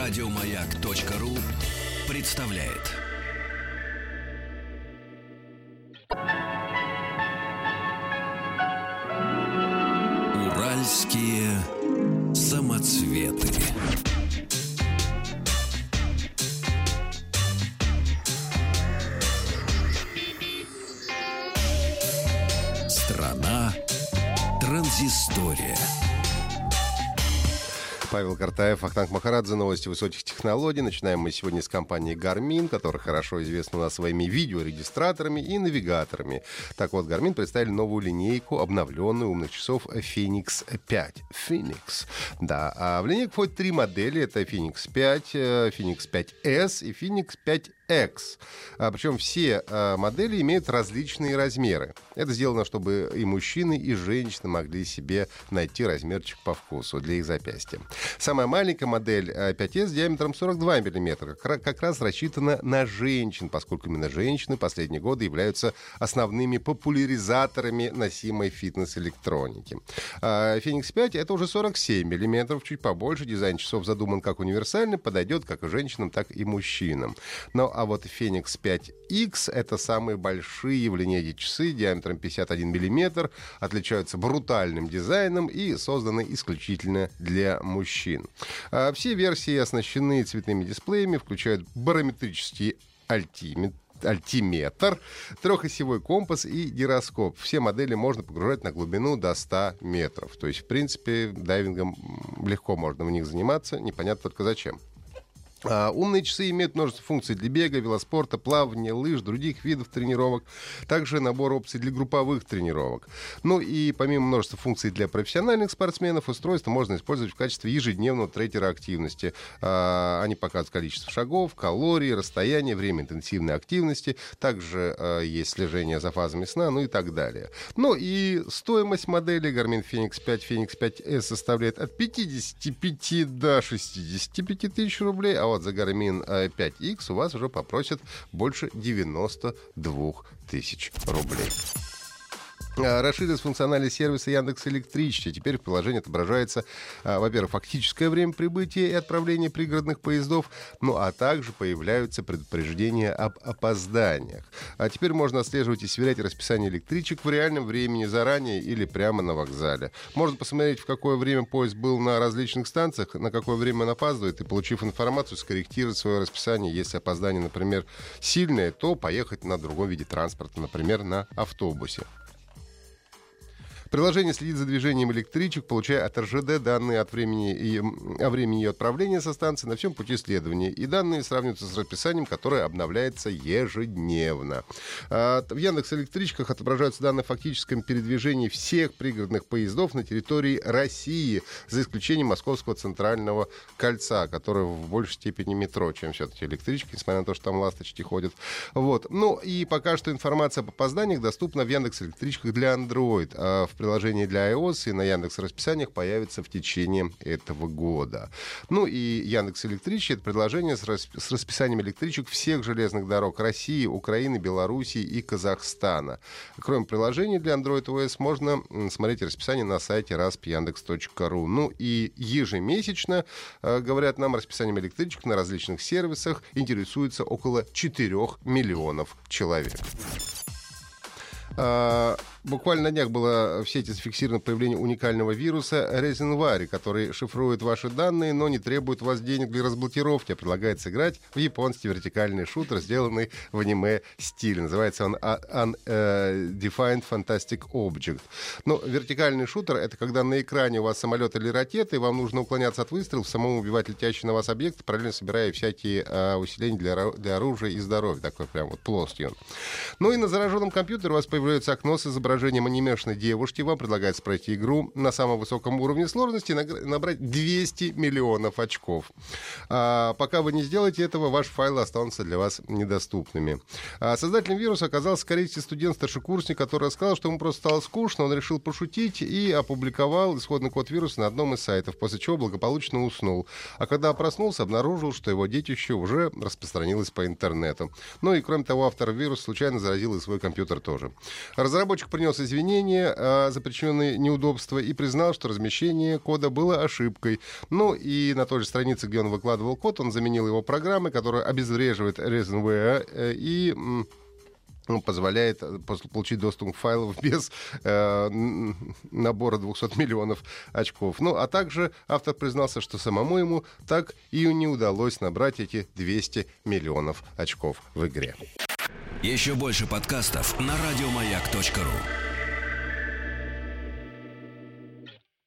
Радиомаяк.ру представляет. Уральские самоцветы. Страна транзистория. Павел Картаев, Ахтанг Махарадзе, новости высоких технологий. Начинаем мы сегодня с компании Garmin, которая хорошо известна у нас своими видеорегистраторами и навигаторами. Так вот, Garmin представили новую линейку обновленную умных часов Fenix 5. Phoenix. Да, а в линейку входит 3 модели. Это Phoenix 5, Phoenix 5S и Phoenix 5X. Причем все модели имеют различные размеры. Это сделано, чтобы и мужчины, и женщины могли себе найти размерчик по вкусу для их запястья. Самая маленькая модель 5S с диаметром 42 мм как раз рассчитана на женщин, поскольку именно женщины последние годы являются основными популяризаторами носимой фитнес-электроники. Phoenix 5 — это уже 47 мм, чуть побольше. Дизайн часов задуман как универсальный, подойдет как и женщинам, так и мужчинам. Ну а вот Phoenix 5X — это самые большие в линейке часы диаметром 51 мм, отличаются брутальным дизайном и созданы исключительно для мужчин. Все версии оснащены цветными дисплеями, включают барометрический альтиметр, трехосевой компас и гироскоп. Все модели можно погружать на глубину до 100 метров. То есть, в принципе, дайвингом легко можно в них заниматься, непонятно только зачем. Умные часы имеют множество функций для бега, велоспорта, плавания, лыж, других видов тренировок. Также набор опций для групповых тренировок. Ну и помимо множества функций для профессиональных спортсменов, устройство можно использовать в качестве ежедневного трекера активности. Они показывают количество шагов, калорий, расстояние, время интенсивной активности. Также есть слежение за фазами сна, ну и так далее. Ну и стоимость модели Garmin Fenix 5, Fenix 5S составляет от 55 до 65 тысяч рублей, а вот за Garmin 5X у вас уже попросят больше 92 тысяч рублей. Расширилась функциональность сервиса Яндекс.Электричества. Теперь в приложении отображается, во-первых, фактическое время прибытия и отправления пригородных поездов, ну а также появляются предупреждения об опозданиях. А теперь можно отслеживать и сверять расписание электричек в реальном времени заранее или прямо на вокзале. Можно посмотреть, в какое время поезд был на различных станциях, на какое время он опаздывает, и, получив информацию, скорректировать свое расписание. Если опоздание, например, сильное, то поехать на другом виде транспорта, например, на автобусе. Приложение следит за движением электричек, получая от РЖД данные о времени ее отправления со станции на всем пути следования. И данные сравниваются с расписанием, которое обновляется ежедневно. В Яндекс.Электричках отображаются данные о фактическом передвижении всех пригородных поездов на территории России, за исключением Московского центрального кольца, которое в большей степени метро, чем все-таки электрички, несмотря на то, что там ласточки ходят. Вот. Ну и пока что информация об опозданиях доступна в Яндекс.Электричках для Android. В приложении для iOS и на Яндекс.Расписаниях появится в течение этого года. Ну и Яндекс.Электрички — это приложение с расписанием электричек всех железных дорог России, Украины, Белоруссии и Казахстана. Кроме приложений для Android OS можно смотреть расписание на сайте rasp.yandex.ru. Ну и ежемесячно, говорят нам, расписанием электричек на различных сервисах интересуется около 4 миллионов человек. Буквально на днях было в сети зафиксировано появление уникального вируса Resinvari, который шифрует ваши данные, но не требует у вас денег для разблокировки, а предлагает сыграть в японский вертикальный шутер, сделанный в аниме-стиле. Называется он Undefined Fantastic Object. Ну, вертикальный шутер — это когда на экране у вас самолет или ракета, и вам нужно уклоняться от выстрелов, самому убивать летящий на вас объект, параллельно собирая всякие усиления для оружия и здоровья. Такой прям вот плоский он. Ну и на зараженном компьютере у вас появляется окно с изображением анимешной девушки. Вам предлагается пройти игру на самом высоком уровне сложности и набрать 200 миллионов очков. Пока вы не сделаете этого, ваши файлы останутся для вас недоступными. Создателем вируса оказался корейский студент-старшекурсник, который рассказал, что ему просто стало скучно, он решил пошутить и опубликовал исходный код вируса на одном из сайтов, после чего благополучно уснул. А когда проснулся, обнаружил, что его детище уже распространилось по интернету. Ну и кроме того, автор вируса случайно заразил и свой компьютер тоже. Разработчик принес извинения за причиненные неудобства и признал, что размещение кода было ошибкой. Ну и на той же странице, где он выкладывал код, он заменил его программой, которая обезвреживает ransomware и позволяет получить доступ к файлам без набора 200 миллионов очков. Ну, а также автор признался, что самому ему так и не удалось набрать эти 200 миллионов очков в игре. Еще больше подкастов на радиомаяк.ру.